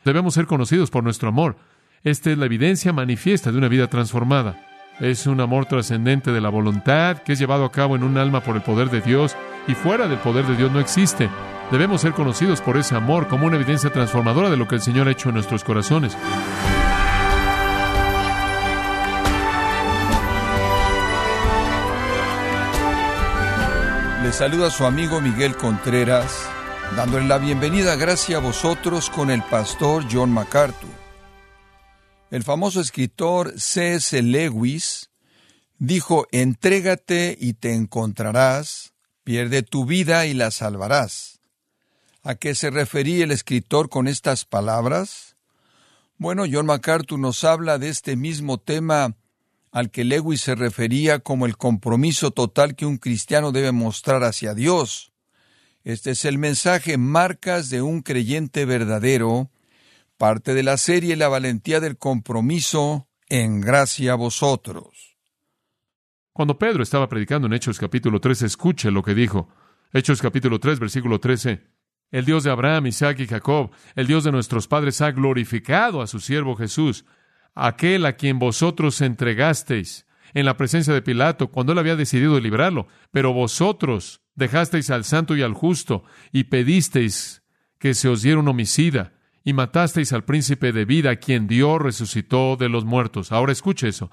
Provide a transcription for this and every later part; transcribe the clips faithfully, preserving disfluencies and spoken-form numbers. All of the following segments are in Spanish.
Debemos ser conocidos por nuestro amor. Esta es la evidencia manifiesta de una vida transformada. Es un amor trascendente de la voluntad que es llevado a cabo en un alma por el poder de Dios, y fuera del poder de Dios no existe. Debemos ser conocidos por ese amor como una evidencia transformadora de lo que el Señor ha hecho en nuestros corazones. Le saluda su amigo Miguel Contreras, dándole la bienvenida, gracias a vosotros, con el pastor John MacArthur. El famoso escritor C S Lewis dijo: entrégate y te encontrarás, pierde tu vida y la salvarás. ¿A qué se refería el escritor con estas palabras? Bueno, John MacArthur nos habla de este mismo tema al que Lewis se refería como el compromiso total que un cristiano debe mostrar hacia Dios. Este es el mensaje Marcas de un creyente verdadero, parte de la serie La valentía del compromiso, en gracia a vosotros. Cuando Pedro estaba predicando en Hechos capítulo trece, escuche lo que dijo. Hechos capítulo tres, versículo trece. El Dios de Abraham, Isaac y Jacob, el Dios de nuestros padres, ha glorificado a su siervo Jesús, aquel a quien vosotros entregasteis en la presencia de Pilato, cuando él había decidido librarlo. Pero vosotros dejasteis al santo y al justo, y pedisteis que se os diera un homicida, y matasteis al príncipe de vida, a quien Dios resucitó de los muertos. Ahora escuche eso.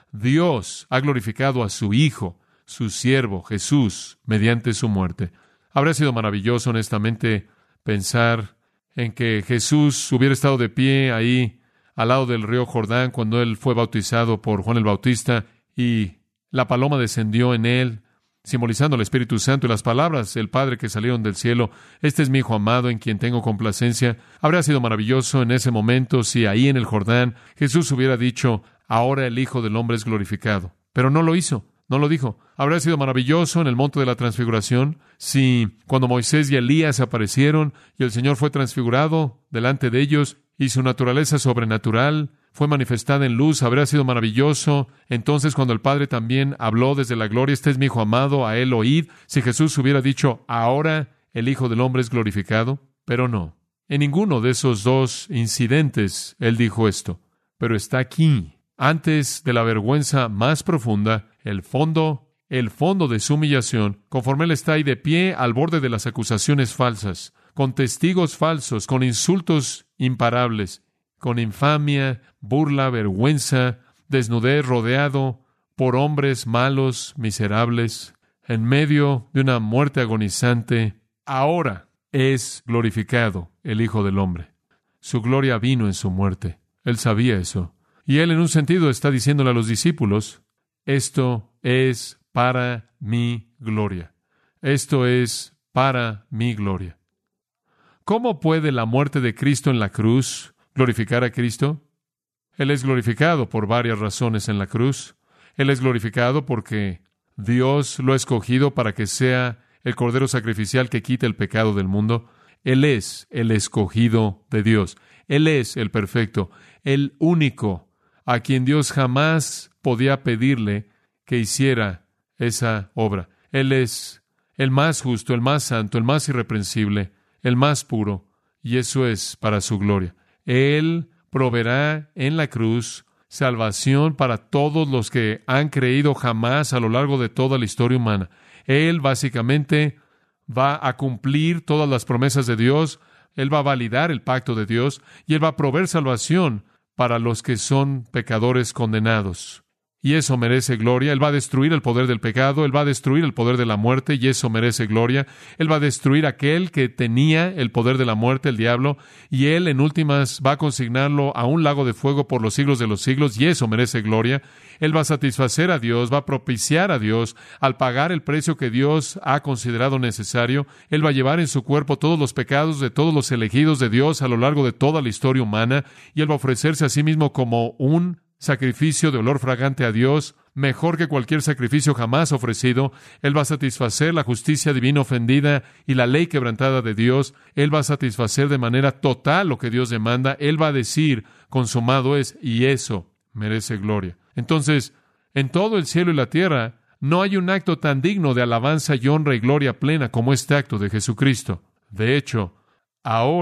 Dios ha glorificado a su Hijo, su siervo, Jesús, mediante su muerte. Habría sido maravilloso, honestamente, pensar en que Jesús hubiera estado de pie ahí, al lado del río Jordán, cuando él fue bautizado por Juan el Bautista, y la paloma descendió en él, simbolizando el Espíritu Santo, y las palabras del Padre que salieron del cielo: este es mi Hijo amado, en quien tengo complacencia. Habría sido maravilloso en ese momento si ahí en el Jordán Jesús hubiera dicho: ahora el Hijo del Hombre es glorificado. Pero no lo hizo, no lo dijo. Habría sido maravilloso en el monte de la transfiguración si, cuando Moisés y Elías aparecieron y el Señor fue transfigurado delante de ellos, y su naturaleza sobrenatural fue manifestada en luz. Habría sido maravilloso entonces cuando el Padre también habló desde la gloria: este es mi Hijo amado, a él oíd. Si Jesús hubiera dicho: ahora el Hijo del Hombre es glorificado. Pero no, en ninguno de esos dos incidentes él dijo esto. Pero está aquí, antes de la vergüenza más profunda, el fondo, el fondo de su humillación, conforme él está ahí de pie al borde de las acusaciones falsas, con testigos falsos, con insultos imparables, con infamia, burla, vergüenza, desnudez, rodeado por hombres malos, miserables, en medio de una muerte agonizante. Ahora es glorificado el Hijo del Hombre. Su gloria vino en su muerte. Él sabía eso. Y él, en un sentido, está diciéndole a los discípulos: esto es para mi gloria. Esto es para mi gloria. ¿Cómo puede la muerte de Cristo en la cruz glorificar a Cristo? Él es glorificado por varias razones en la cruz. Él es glorificado porque Dios lo ha escogido para que sea el Cordero sacrificial que quita el pecado del mundo. Él es el escogido de Dios. Él es el perfecto, el único a quien Dios jamás podía pedirle que hiciera esa obra. Él es el más justo, el más santo, el más irreprensible, el más puro, y eso es para su gloria. Él proveerá en la cruz salvación para todos los que han creído jamás a lo largo de toda la historia humana. Él básicamente va a cumplir todas las promesas de Dios. Él va a validar el pacto de Dios, y Él va a proveer salvación para los que son pecadores condenados. Y eso merece gloria. Él va a destruir el poder del pecado, Él va a destruir el poder de la muerte, y eso merece gloria. Él va a destruir aquel que tenía el poder de la muerte, el diablo, y Él, en últimas, va a consignarlo a un lago de fuego por los siglos de los siglos, y eso merece gloria. Él va a satisfacer a Dios, va a propiciar a Dios al pagar el precio que Dios ha considerado necesario. Él va a llevar en su cuerpo todos los pecados de todos los elegidos de Dios a lo largo de toda la historia humana, y Él va a ofrecerse a sí mismo como un sacrificio de olor fragante a Dios, mejor que cualquier sacrificio jamás ofrecido. Él va a satisfacer la justicia divina ofendida y la ley quebrantada de Dios. Él va a satisfacer de manera total lo que Dios demanda. Él va a decir: consumado es, y eso merece gloria. Entonces, en todo el cielo y la tierra, no hay un acto tan digno de alabanza y honra y gloria plena como este acto de Jesucristo. De hecho, ahora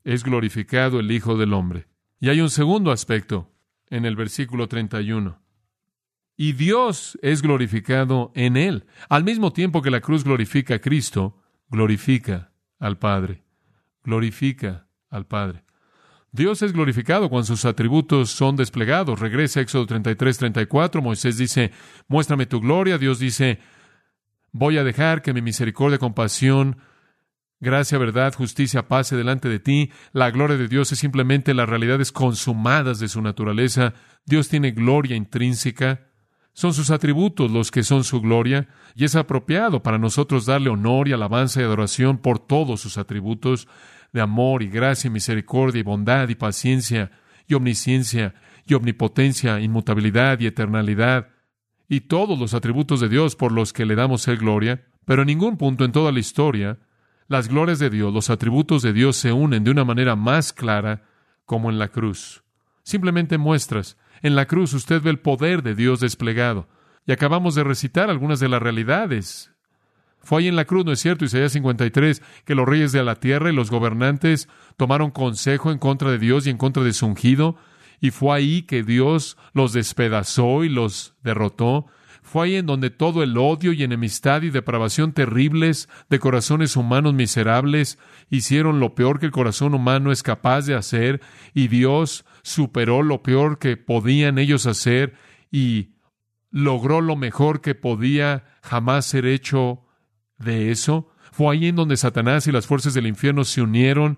es glorificado el Hijo del Hombre. Y hay un segundo aspecto en el versículo treinta y uno. Y Dios es glorificado en Él. Al mismo tiempo que la cruz glorifica a Cristo, glorifica al Padre. Glorifica al Padre. Dios es glorificado cuando sus atributos son desplegados. Regresa a Éxodo treinta y tres, treinta y cuatro. Moisés dice, muéstrame tu gloria. Dios dice, voy a dejar que mi misericordia, compasión, gracia, verdad, justicia pase delante de ti. La gloria de Dios es simplemente las realidades consumadas de su naturaleza. Dios tiene gloria intrínseca. Son sus atributos los que son su gloria, y es apropiado para nosotros darle honor y alabanza y adoración por todos sus atributos de amor y gracia y misericordia y bondad y paciencia y omnisciencia y omnipotencia, inmutabilidad y eternalidad, y todos los atributos de Dios por los que le damos el gloria. Pero en ningún punto en toda la historia las glorias de Dios, los atributos de Dios se unen de una manera más clara como en la cruz. Simplemente muestras. En la cruz usted ve el poder de Dios desplegado. Y acabamos de recitar algunas de las realidades. Fue ahí en la cruz, ¿no es cierto? Isaías cincuenta y tres, que los reyes de la tierra y los gobernantes tomaron consejo en contra de Dios y en contra de su ungido. Y fue ahí que Dios los despedazó y los derrotó. Fue ahí en donde todo el odio y enemistad y depravación terribles de corazones humanos miserables hicieron lo peor que el corazón humano es capaz de hacer, y Dios superó lo peor que podían ellos hacer y logró lo mejor que podía jamás ser hecho de eso. Fue ahí en donde Satanás y las fuerzas del infierno se unieron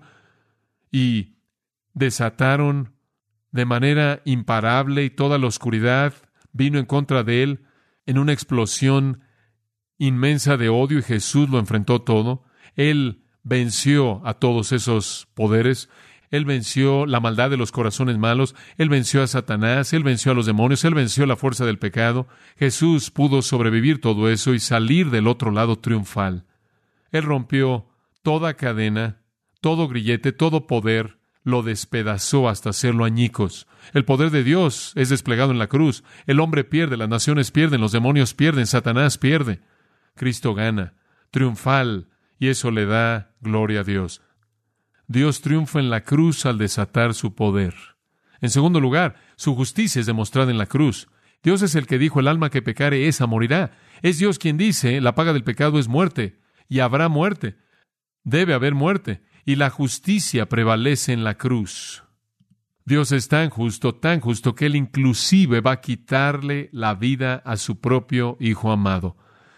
y desataron de manera imparable, y toda la oscuridad vino en contra de él en una explosión inmensa de odio, y Jesús lo enfrentó todo. Él venció a todos esos poderes. Él venció la maldad de los corazones malos. Él venció a Satanás. Él venció a los demonios. Él venció la fuerza del pecado. Jesús pudo sobrevivir todo eso y salir del otro lado triunfal. Él rompió toda cadena, todo grillete, todo poder, lo despedazó hasta hacerlo añicos. El poder de Dios es desplegado en la cruz. El hombre pierde, las naciones pierden, los demonios pierden, Satanás pierde. Cristo gana, triunfal, y eso le da gloria a Dios. Dios triunfa en la cruz al desatar su poder. En segundo lugar, su justicia es demostrada en la cruz. Dios es el que dijo, el alma que pecare, esa morirá. Es Dios quien dice, la paga del pecado es muerte, y habrá muerte. Debe haber muerte. Y la justicia prevalece en la cruz. Dios es tan justo, tan justo, que Él inclusive va a quitarle la vida a su propio Hijo amado.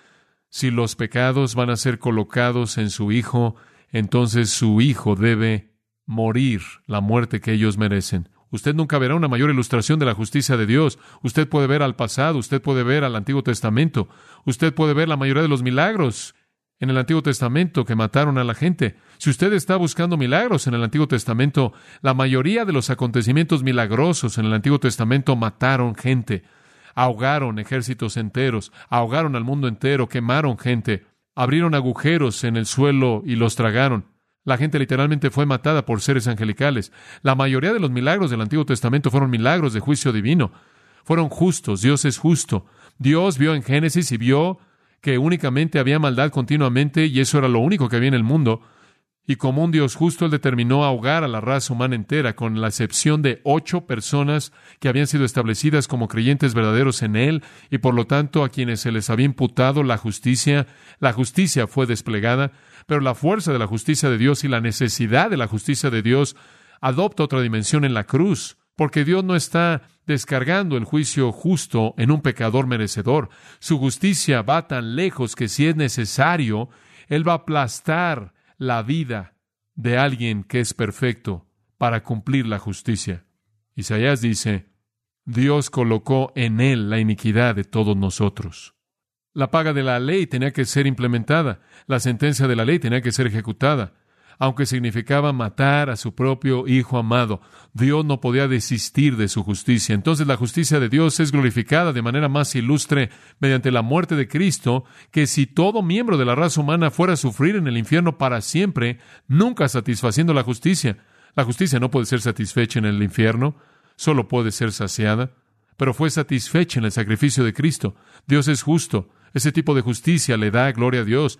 Si los pecados van a ser colocados en su Hijo, entonces su Hijo debe morir la muerte que ellos merecen. Usted nunca verá una mayor ilustración de la justicia de Dios. Usted puede ver al pasado, usted puede ver al Antiguo Testamento, usted puede ver la mayoría de los milagros en el Antiguo Testamento que mataron a la gente. Si usted está buscando milagros en el Antiguo Testamento, la mayoría de los acontecimientos milagrosos en el Antiguo Testamento mataron gente, ahogaron ejércitos enteros, ahogaron al mundo entero, quemaron gente, abrieron agujeros en el suelo y los tragaron. La gente literalmente fue matada por seres angelicales. La mayoría de los milagros del Antiguo Testamento fueron milagros de juicio divino. Fueron justos. Dios es justo. Dios vio en Génesis y vio que únicamente había maldad continuamente, y eso era lo único que había en el mundo. Y como un Dios justo, Él determinó ahogar a la raza humana entera, con la excepción de ocho personas que habían sido establecidas como creyentes verdaderos en Él, y por lo tanto a quienes se les había imputado la justicia. La justicia fue desplegada, pero la fuerza de la justicia de Dios y la necesidad de la justicia de Dios adopta otra dimensión en la cruz, porque Dios no está descargando el juicio justo en un pecador merecedor. Su justicia va tan lejos que, si es necesario, Él va a aplastar la vida de alguien que es perfecto para cumplir la justicia. Isaías dice, Dios colocó en Él la iniquidad de todos nosotros. La paga de la ley tenía que ser implementada. La sentencia de la ley tenía que ser ejecutada. Aunque significaba matar a su propio Hijo amado, Dios no podía desistir de su justicia. Entonces la justicia de Dios es glorificada de manera más ilustre mediante la muerte de Cristo, que si todo miembro de la raza humana fuera a sufrir en el infierno para siempre, nunca satisfaciendo la justicia. La justicia no puede ser satisfecha en el infierno, solo puede ser saciada, pero fue satisfecha en el sacrificio de Cristo. Dios es justo. Ese tipo de justicia le da gloria a Dios.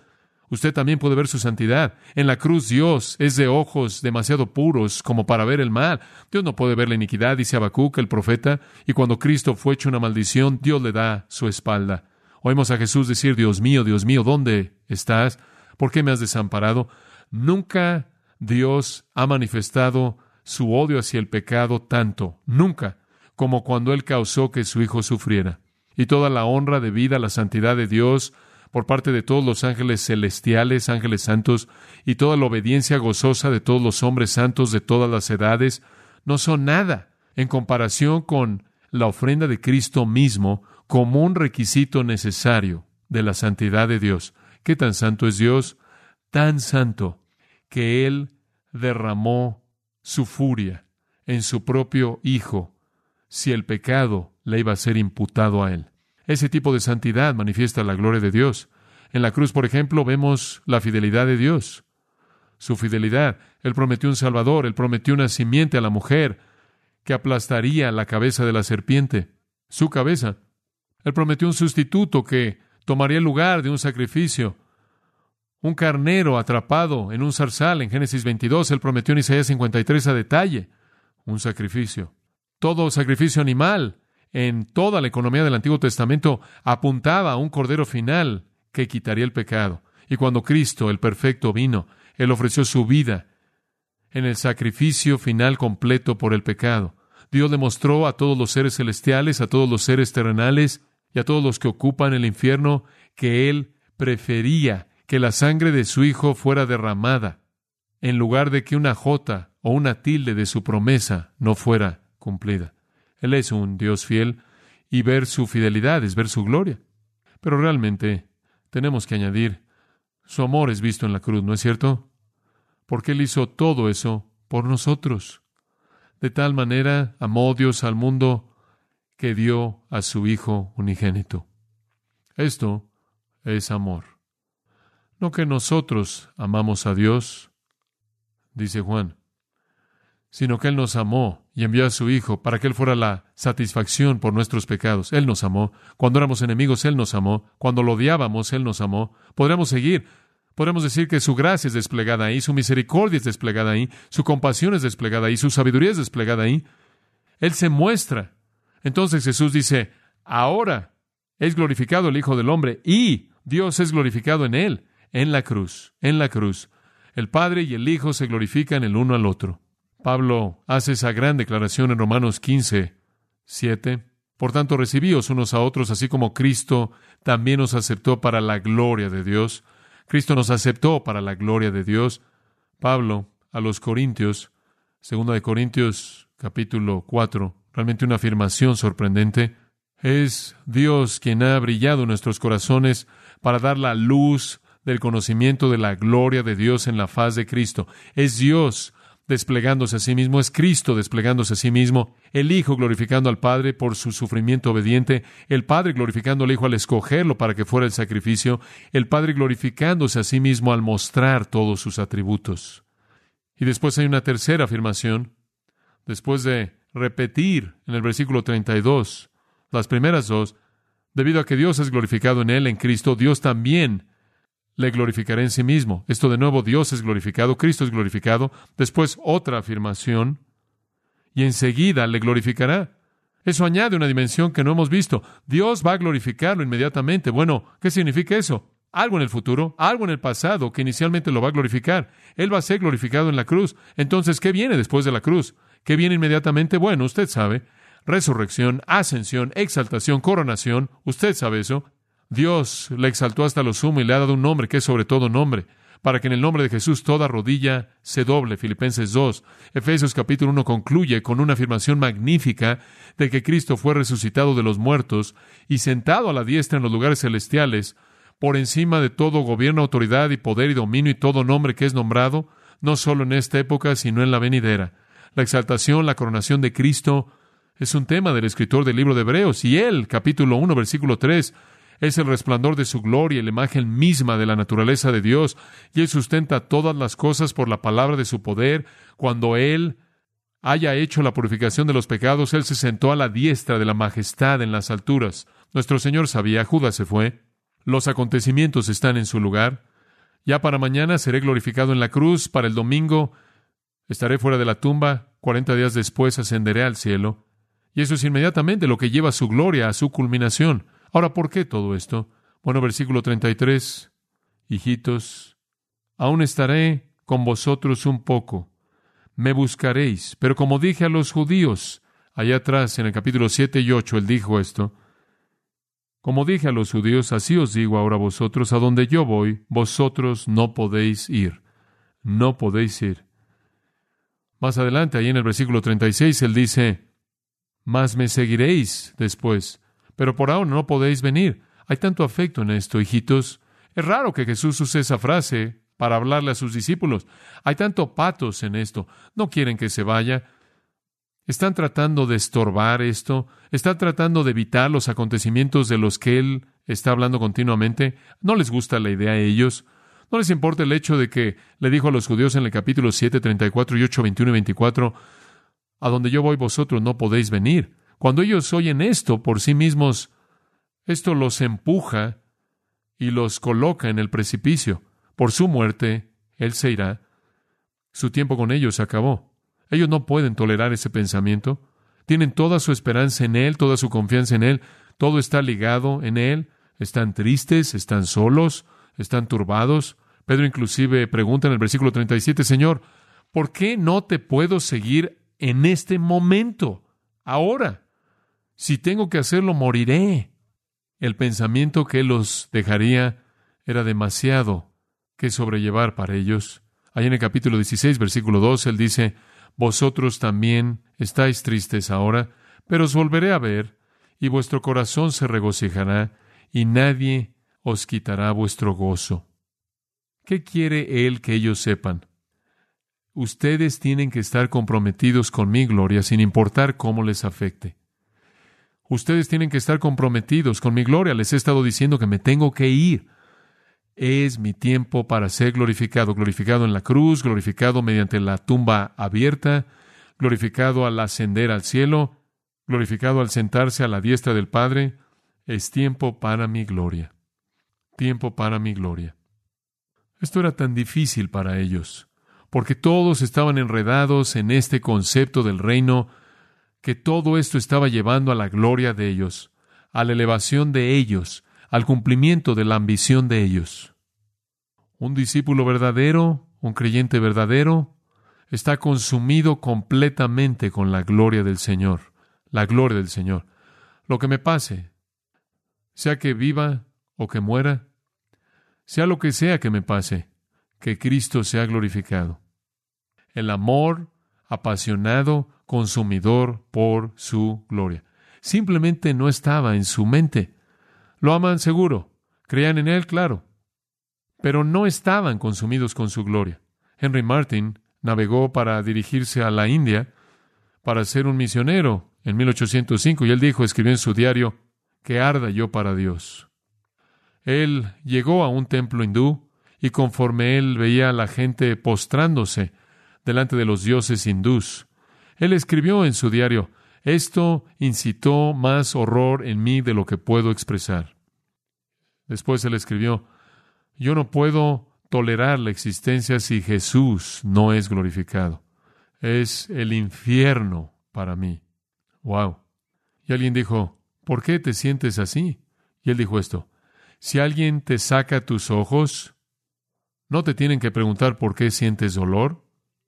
Usted también puede ver su santidad. En la cruz Dios es de ojos demasiado puros como para ver el mal. Dios no puede ver la iniquidad, dice Habacuc, el profeta, y cuando Cristo fue hecho una maldición, Dios le da su espalda. Oímos a Jesús decir, Dios mío, Dios mío, ¿dónde estás? ¿Por qué me has desamparado? Nunca Dios ha manifestado su odio hacia el pecado tanto, nunca, como cuando Él causó que su Hijo sufriera. Y toda la honra debida a la santidad de Dios por parte de todos los ángeles celestiales, ángeles santos, y toda la obediencia gozosa de todos los hombres santos de todas las edades, no son nada en comparación con la ofrenda de Cristo mismo como un requisito necesario de la santidad de Dios. ¿Qué tan santo es Dios? Tan santo que Él derramó su furia en su propio Hijo si el pecado le iba a ser imputado a Él. Ese tipo de santidad manifiesta la gloria de Dios. En la cruz, por ejemplo, vemos la fidelidad de Dios. Su fidelidad. Él prometió un Salvador, Él prometió una simiente a la mujer que aplastaría la cabeza de la serpiente, su cabeza. Él prometió un sustituto que tomaría el lugar de un sacrificio. Un carnero atrapado en un zarzal en Génesis veintidós. Él prometió en Isaías cincuenta y tres a detalle un sacrificio. Todo sacrificio animal en toda la economía del Antiguo Testamento apuntaba a un cordero final que quitaría el pecado. Y cuando Cristo, el perfecto, vino, Él ofreció su vida en el sacrificio final completo por el pecado. Dios demostró a todos los seres celestiales, a todos los seres terrenales y a todos los que ocupan el infierno que Él prefería que la sangre de su Hijo fuera derramada en lugar de que una jota o una tilde de su promesa no fuera cumplida. Él es un Dios fiel y ver su fidelidad es ver su gloria. Pero realmente tenemos que añadir, su amor es visto en la cruz, ¿no es cierto? Porque Él hizo todo eso por nosotros. De tal manera amó Dios al mundo que dio a su Hijo unigénito. Esto es amor. No que nosotros amamos a Dios, dice Juan, sino que Él nos amó y envió a su Hijo para que Él fuera la satisfacción por nuestros pecados. Él nos amó. Cuando éramos enemigos, Él nos amó. Cuando lo odiábamos, Él nos amó. Podríamos seguir. Podríamos decir que su gracia es desplegada ahí, su misericordia es desplegada ahí, su compasión es desplegada ahí, su sabiduría es desplegada ahí. Él se muestra. Entonces Jesús dice, ahora es glorificado el Hijo del Hombre y Dios es glorificado en Él, en la cruz, en la cruz. El Padre y el Hijo se glorifican el uno al otro. Pablo hace esa gran declaración en Romanos quince, siete. Por tanto, recibíos unos a otros, así como Cristo también nos aceptó para la gloria de Dios. Cristo nos aceptó para la gloria de Dios. Pablo, a los Corintios, segunda de Corintios, capítulo cuatro, realmente una afirmación sorprendente. Es Dios quien ha brillado en nuestros corazones para dar la luz del conocimiento de la gloria de Dios en la faz de Cristo. Es Dios desplegándose a sí mismo, es Cristo desplegándose a sí mismo, el Hijo glorificando al Padre por su sufrimiento obediente, el Padre glorificando al Hijo al escogerlo para que fuera el sacrificio, el Padre glorificándose a sí mismo al mostrar todos sus atributos. Y después hay una tercera afirmación, después de repetir en el versículo treinta y dos, las primeras dos, debido a que Dios es glorificado en Él, en Cristo, Dios también le glorificará en sí mismo. Esto de nuevo, Dios es glorificado, Cristo es glorificado. Después otra afirmación, y enseguida le glorificará. Eso añade una dimensión que no hemos visto. Dios va a glorificarlo inmediatamente. Bueno, ¿qué significa eso? Algo en el futuro, algo en el pasado que inicialmente lo va a glorificar. Él va a ser glorificado en la cruz. Entonces, ¿qué viene después de la cruz? ¿Qué viene inmediatamente? Bueno, usted sabe. Resurrección, ascensión, exaltación, coronación. Usted sabe eso. Dios le exaltó hasta lo sumo y le ha dado un nombre que es sobre todo nombre, para que en el nombre de Jesús toda rodilla se doble. Filipenses dos. Efesios capítulo uno concluye con una afirmación magnífica de que Cristo fue resucitado de los muertos y sentado a la diestra en los lugares celestiales, por encima de todo gobierno, autoridad y poder y dominio y todo nombre que es nombrado, no solo en esta época, sino en la venidera. La exaltación, la coronación de Cristo es un tema del escritor del libro de Hebreos, y él, capítulo uno, versículo tres, es el resplandor de su gloria y la imagen misma de la naturaleza de Dios, y Él sustenta todas las cosas por la palabra de su poder. Cuando Él haya hecho la purificación de los pecados, Él se sentó a la diestra de la majestad en las alturas. Nuestro Señor sabía, Judas se fue, los acontecimientos están en su lugar, Ya para mañana seré glorificado en la cruz, para el domingo estaré fuera de la tumba, cuarenta días después ascenderé al cielo. Y eso es inmediatamente lo que lleva su gloria a su culminación. Ahora, ¿por qué todo esto? Bueno, versículo treinta y tres, hijitos, aún estaré con vosotros un poco. Me buscaréis, pero como dije a los judíos, allá atrás en el capítulo siete y ocho, él dijo esto, como dije a los judíos, así os digo ahora a vosotros, a donde yo voy, vosotros no podéis ir. No podéis ir. Más adelante, ahí en el versículo treinta y seis, él dice, mas me seguiréis después, pero por ahora no podéis venir. Hay tanto afecto en esto, hijitos. Es raro que Jesús use esa frase para hablarle a sus discípulos. Hay tanto patos en esto. No quieren que se vaya. Están tratando de estorbar esto. Están tratando de evitar los acontecimientos de los que Él está hablando continuamente. No les gusta la idea a ellos. No les importa el hecho de que le dijo a los judíos en el capítulo siete, treinta y cuatro y ocho, veintiuno y veinticuatro, a donde yo voy vosotros no podéis venir. Cuando ellos oyen esto por sí mismos, esto los empuja y los coloca en el precipicio. Por su muerte, Él se irá. Su tiempo con ellos se acabó. Ellos no pueden tolerar ese pensamiento. Tienen toda su esperanza en Él, toda su confianza en Él. Todo está ligado en Él. Están tristes, están solos, están turbados. Pedro inclusive pregunta en el versículo treinta y siete, Señor, ¿por qué no te puedo seguir en este momento? Ahora. Si tengo que hacerlo, moriré. El pensamiento que Él los dejaría era demasiado que sobrellevar para ellos. Ahí en el capítulo dieciséis, versículo dos, Él dice, vosotros también estáis tristes ahora, pero os volveré a ver, y vuestro corazón se regocijará, y nadie os quitará vuestro gozo. ¿Qué quiere Él que ellos sepan? Ustedes tienen que estar comprometidos con mi gloria, sin importar cómo les afecte. Ustedes tienen que estar comprometidos con mi gloria. Les he estado diciendo que me tengo que ir. Es mi tiempo para ser glorificado, glorificado en la cruz, glorificado mediante la tumba abierta, glorificado al ascender al cielo, glorificado al sentarse a la diestra del Padre. Es tiempo para mi gloria. Tiempo para mi gloria. Esto era tan difícil para ellos, porque todos estaban enredados en este concepto del reino, que todo esto estaba llevando a la gloria de ellos, a la elevación de ellos, al cumplimiento de la ambición de ellos. Un discípulo verdadero, un creyente verdadero, está consumido completamente con la gloria del Señor, la gloria del Señor. Lo que me pase, sea que viva o que muera, sea lo que sea que me pase, que Cristo sea glorificado. El amor apasionado, consumidor por su gloria. Simplemente no estaba en su mente. Lo aman seguro, creían en Él, claro, pero no estaban consumidos con su gloria. Henry Martyn navegó para dirigirse a la India para ser un misionero en mil ochocientos cinco, y él dijo, escribió en su diario, que arda yo para Dios. Él llegó a un templo hindú, y conforme él veía a la gente postrándose delante de los dioses hindús, él escribió en su diario, esto incitó más horror en mí de lo que puedo expresar. Después él escribió, yo no puedo tolerar la existencia si Jesús no es glorificado. Es el infierno para mí. Wow. Y alguien dijo, ¿por qué te sientes así? Y él dijo esto, si alguien te saca tus ojos, ¿no te tienen que preguntar por qué sientes dolor?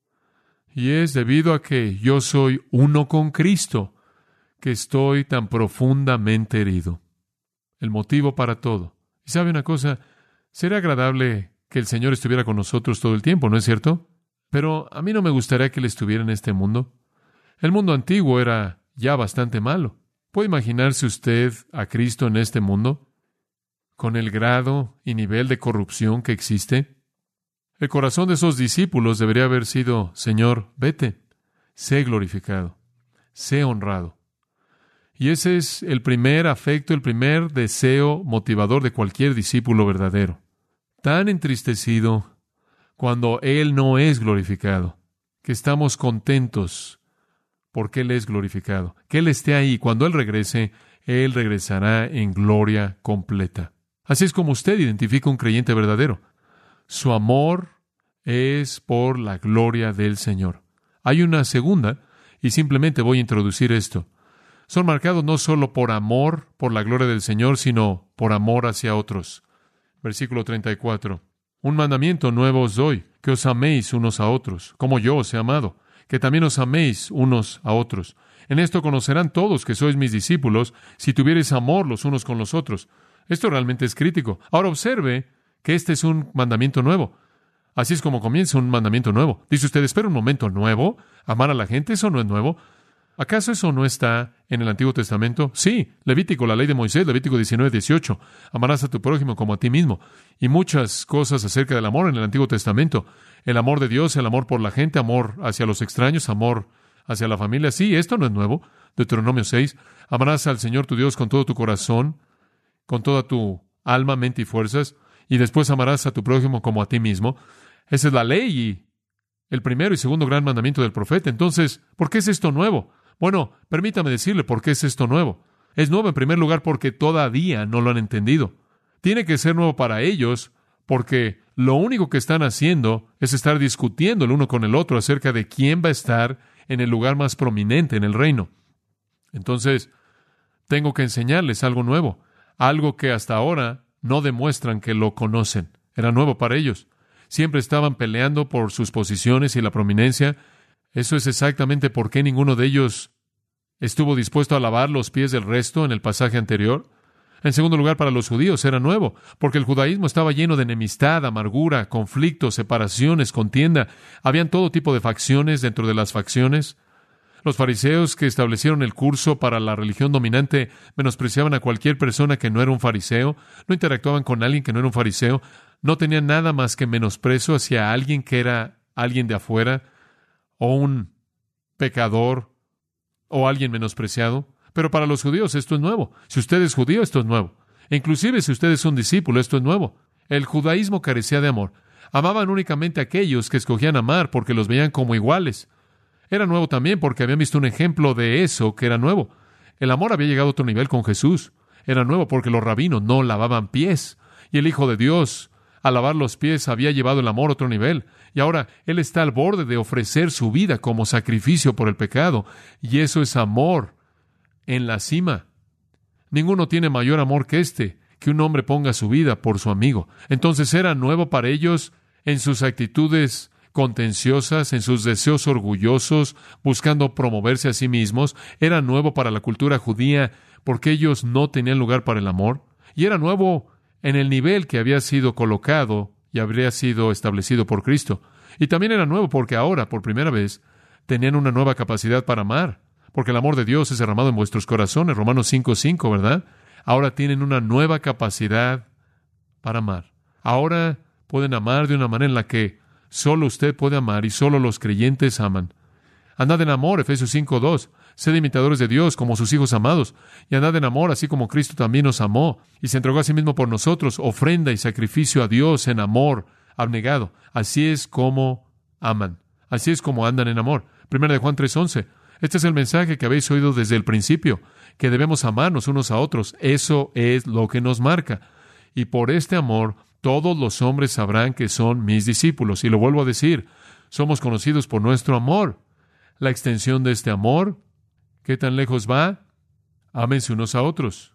Y es debido a que yo soy uno con Cristo, que estoy tan profundamente herido. El motivo para todo. Y sabe una cosa, sería agradable que el Señor estuviera con nosotros todo el tiempo, ¿no es cierto? Pero a mí no me gustaría que Él estuviera en este mundo. El mundo antiguo era ya bastante malo. ¿Puede imaginarse usted a Cristo en este mundo? Con el grado y nivel de corrupción que existe. El corazón de esos discípulos debería haber sido, Señor, vete, sé glorificado, sé honrado. Y ese es el primer afecto, el primer deseo motivador de cualquier discípulo verdadero. Tan entristecido cuando Él no es glorificado, que estamos contentos porque Él es glorificado, que Él esté ahí. Cuando Él regrese, Él regresará en gloria completa. Así es como usted identifica un creyente verdadero. Su amor es por la gloria del Señor. Hay una segunda, y simplemente voy a introducir esto. Son marcados no solo por amor por la gloria del Señor, sino por amor hacia otros. Versículo treinta y cuatro. Un mandamiento nuevo os doy, que os améis unos a otros, como yo os he amado, que también os améis unos a otros. En esto conocerán todos que sois mis discípulos, si tuviereis amor los unos con los otros. Esto realmente es crítico. Ahora observe que este es un mandamiento nuevo. Así es como comienza un mandamiento nuevo. Dice usted, espera un momento, ¿nuevo? ¿Amar a la gente? ¿Eso no es nuevo? ¿Acaso eso no está en el Antiguo Testamento? Sí, Levítico, la ley de Moisés, Levítico diecinueve, dieciocho. Amarás a tu prójimo como a ti mismo. Y muchas cosas acerca del amor en el Antiguo Testamento. El amor de Dios, el amor por la gente, amor hacia los extraños, amor hacia la familia. Sí, esto no es nuevo. Deuteronomio seis. Amarás al Señor tu Dios con todo tu corazón, con toda tu alma, mente y fuerzas. Y después amarás a tu prójimo como a ti mismo. Esa es la ley y el primero y segundo gran mandamiento del profeta. Entonces, ¿por qué es esto nuevo? Bueno, permítame decirle por qué es esto nuevo. Es nuevo en primer lugar porque todavía no lo han entendido. Tiene que ser nuevo para ellos porque lo único que están haciendo es estar discutiendo el uno con el otro acerca de quién va a estar en el lugar más prominente en el reino. Entonces, tengo que enseñarles algo nuevo, algo que hasta ahora no demuestran que lo conocen. Era nuevo para ellos. Siempre estaban peleando por sus posiciones y la prominencia. Eso es exactamente por qué ninguno de ellos estuvo dispuesto a lavar los pies del resto en el pasaje anterior. En segundo lugar, para los judíos era nuevo, porque el judaísmo estaba lleno de enemistad, amargura, conflictos, separaciones, contienda. Habían todo tipo de facciones dentro de las facciones. Los fariseos que establecieron el curso para la religión dominante menospreciaban a cualquier persona que no era un fariseo, no interactuaban con alguien que no era un fariseo, no tenían nada más que menosprecio hacia alguien que era alguien de afuera, o un pecador, o alguien menospreciado. Pero para los judíos esto es nuevo. Si usted es judío, esto es nuevo. E inclusive si usted es un discípulo, esto es nuevo. El judaísmo carecía de amor. Amaban únicamente a aquellos que escogían amar porque los veían como iguales. Era nuevo también porque habían visto un ejemplo de eso que era nuevo. El amor había llegado a otro nivel con Jesús. Era nuevo porque los rabinos no lavaban pies. Y el Hijo de Dios, al lavar los pies, había llevado el amor a otro nivel. Y ahora Él está al borde de ofrecer su vida como sacrificio por el pecado. Y eso es amor en la cima. Ninguno tiene mayor amor que este, que un hombre ponga su vida por su amigo. Entonces era nuevo para ellos en sus actitudes contenciosas, en sus deseos orgullosos, buscando promoverse a sí mismos. Era nuevo para la cultura judía porque ellos no tenían lugar para el amor. Y era nuevo en el nivel que había sido colocado y habría sido establecido por Cristo. Y también era nuevo porque ahora, por primera vez, tenían una nueva capacidad para amar. Porque el amor de Dios es derramado en vuestros corazones, Romanos cinco cinco, ¿verdad? Ahora tienen una nueva capacidad para amar. Ahora pueden amar de una manera en la que solo usted puede amar y solo los creyentes aman. Andad en amor, Efesios cinco dos. Sed imitadores de Dios como sus hijos amados. Y andad en amor, así como Cristo también nos amó y se entregó a sí mismo por nosotros, ofrenda y sacrificio a Dios en amor abnegado. Así es como aman. Así es como andan en amor. Primera de Juan tres once. Este es el mensaje que habéis oído desde el principio, que debemos amarnos unos a otros. Eso es lo que nos marca. Y por este amor, todos los hombres sabrán que son mis discípulos. Y lo vuelvo a decir, somos conocidos por nuestro amor. La extensión de este amor, ¿qué tan lejos va? Ámense unos a otros.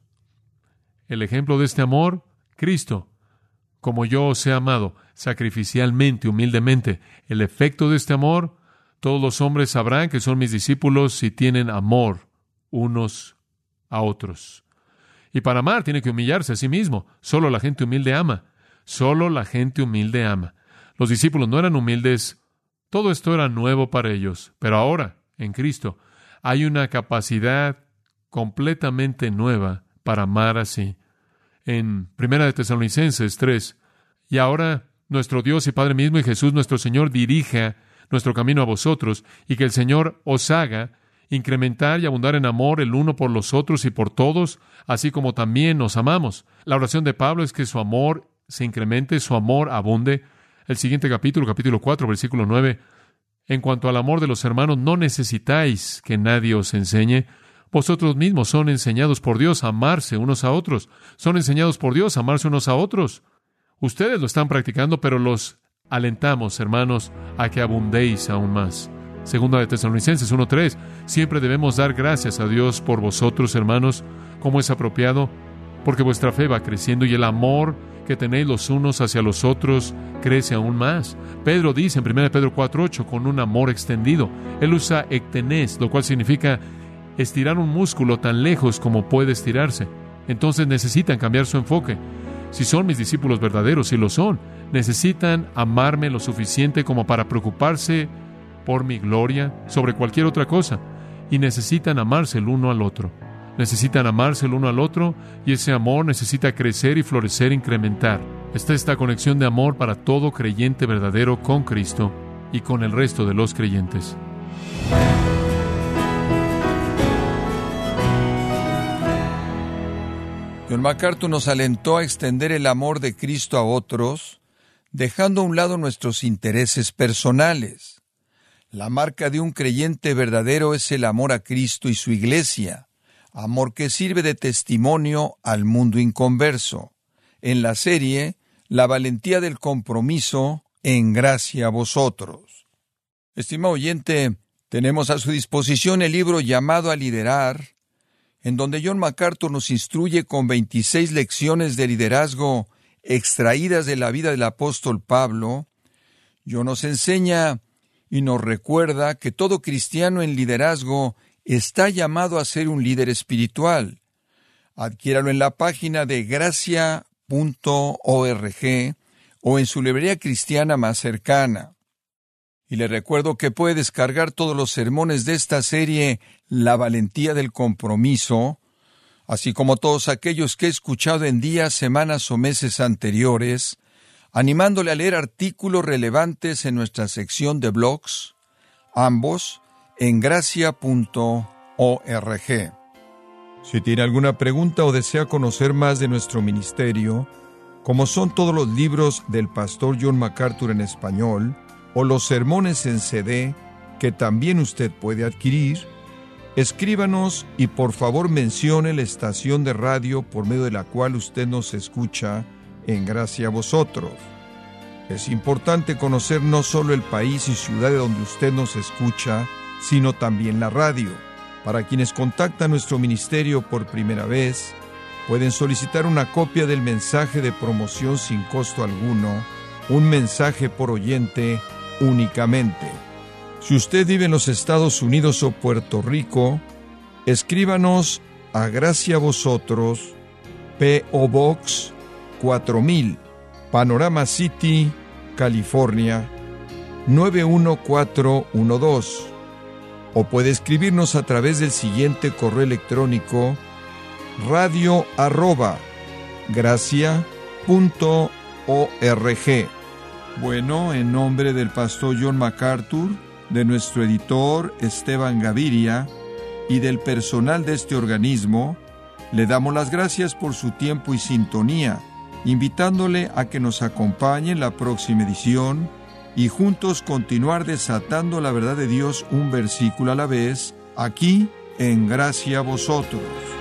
El ejemplo de este amor, Cristo. Como yo os he amado, sacrificialmente, humildemente. El efecto de este amor, todos los hombres sabrán que son mis discípulos si tienen amor unos a otros. Y para amar tiene que humillarse a sí mismo. Solo la gente humilde ama. Solo la gente humilde ama. Los discípulos no eran humildes. Todo esto era nuevo para ellos. Pero ahora, en Cristo, hay una capacidad completamente nueva para amar así. En Primera de Tesalonicenses tres, y ahora nuestro Dios y Padre mismo y Jesús nuestro Señor dirija nuestro camino a vosotros, y que el Señor os haga incrementar y abundar en amor el uno por los otros y por todos, así como también nos amamos. La oración de Pablo es que su amor se incremente, su amor abunde. El siguiente capítulo, capítulo cuatro, versículo nueve. En cuanto al amor de los hermanos, no necesitáis que nadie os enseñe. Vosotros mismos son enseñados por Dios a amarse unos a otros. Son enseñados por Dios a amarse unos a otros. Ustedes lo están practicando, pero los alentamos, hermanos, a que abundéis aún más. Segunda de Tesalonicenses uno tres. Siempre debemos dar gracias a Dios por vosotros, hermanos, como es apropiado, porque vuestra fe va creciendo y el amor que tenéis los unos hacia los otros crece aún más. Pedro dice en primera de Pedro cuatro ocho, con un amor extendido. Él usa ektenés, lo cual significa estirar un músculo tan lejos como puede estirarse. Entonces necesitan cambiar su enfoque. Si son mis discípulos verdaderos, si lo son, necesitan amarme lo suficiente como para preocuparse por mi gloria sobre cualquier otra cosa. Y necesitan amarse el uno al otro. Necesitan amarse el uno al otro, y ese amor necesita crecer y florecer, incrementar. Está esta conexión de amor para todo creyente verdadero con Cristo y con el resto de los creyentes. John MacArthur nos alentó a extender el amor de Cristo a otros, dejando a un lado nuestros intereses personales. La marca de un creyente verdadero es el amor a Cristo y su iglesia, amor que sirve de testimonio al mundo inconverso. En la serie, La valentía del compromiso, en gracia a vosotros. Estimado oyente, tenemos a su disposición el libro llamado A Liderar, en donde John MacArthur nos instruye con veintiséis lecciones de liderazgo extraídas de la vida del apóstol Pablo. John nos enseña y nos recuerda que todo cristiano en liderazgo está llamado a ser un líder espiritual. Adquiéralo en la página de gracia punto org o en su librería cristiana más cercana. Y le recuerdo que puede descargar todos los sermones de esta serie La valentía del compromiso, así como todos aquellos que he escuchado en días, semanas o meses anteriores, animándole a leer artículos relevantes en nuestra sección de blogs, ambos en gracia punto org. Si tiene alguna pregunta o desea conocer más de nuestro ministerio, como son todos los libros del pastor John MacArthur en español, o los sermones en C D que también usted puede adquirir, escríbanos y por favor mencione la estación de radio por medio de la cual usted nos escucha en gracia a vosotros. Es importante conocer no solo el país y ciudad de donde usted nos escucha, sino también la radio. Para quienes contactan nuestro ministerio por primera vez, pueden solicitar una copia del mensaje de promoción sin costo alguno, un mensaje por oyente únicamente. Si usted vive en los Estados Unidos o Puerto Rico, escríbanos a Gracia a Vosotros, P O Box cuatro mil, Panorama City, California, nueve uno cuatro uno dos. O puede escribirnos a través del siguiente correo electrónico: radio arroba gracia punto org. Bueno, en nombre del pastor John MacArthur, de nuestro editor Esteban Gaviria y del personal de este organismo, le damos las gracias por su tiempo y sintonía, invitándole a que nos acompañe en la próxima edición y juntos continuar desatando la verdad de Dios un versículo a la vez, aquí en Gracia a Vosotros.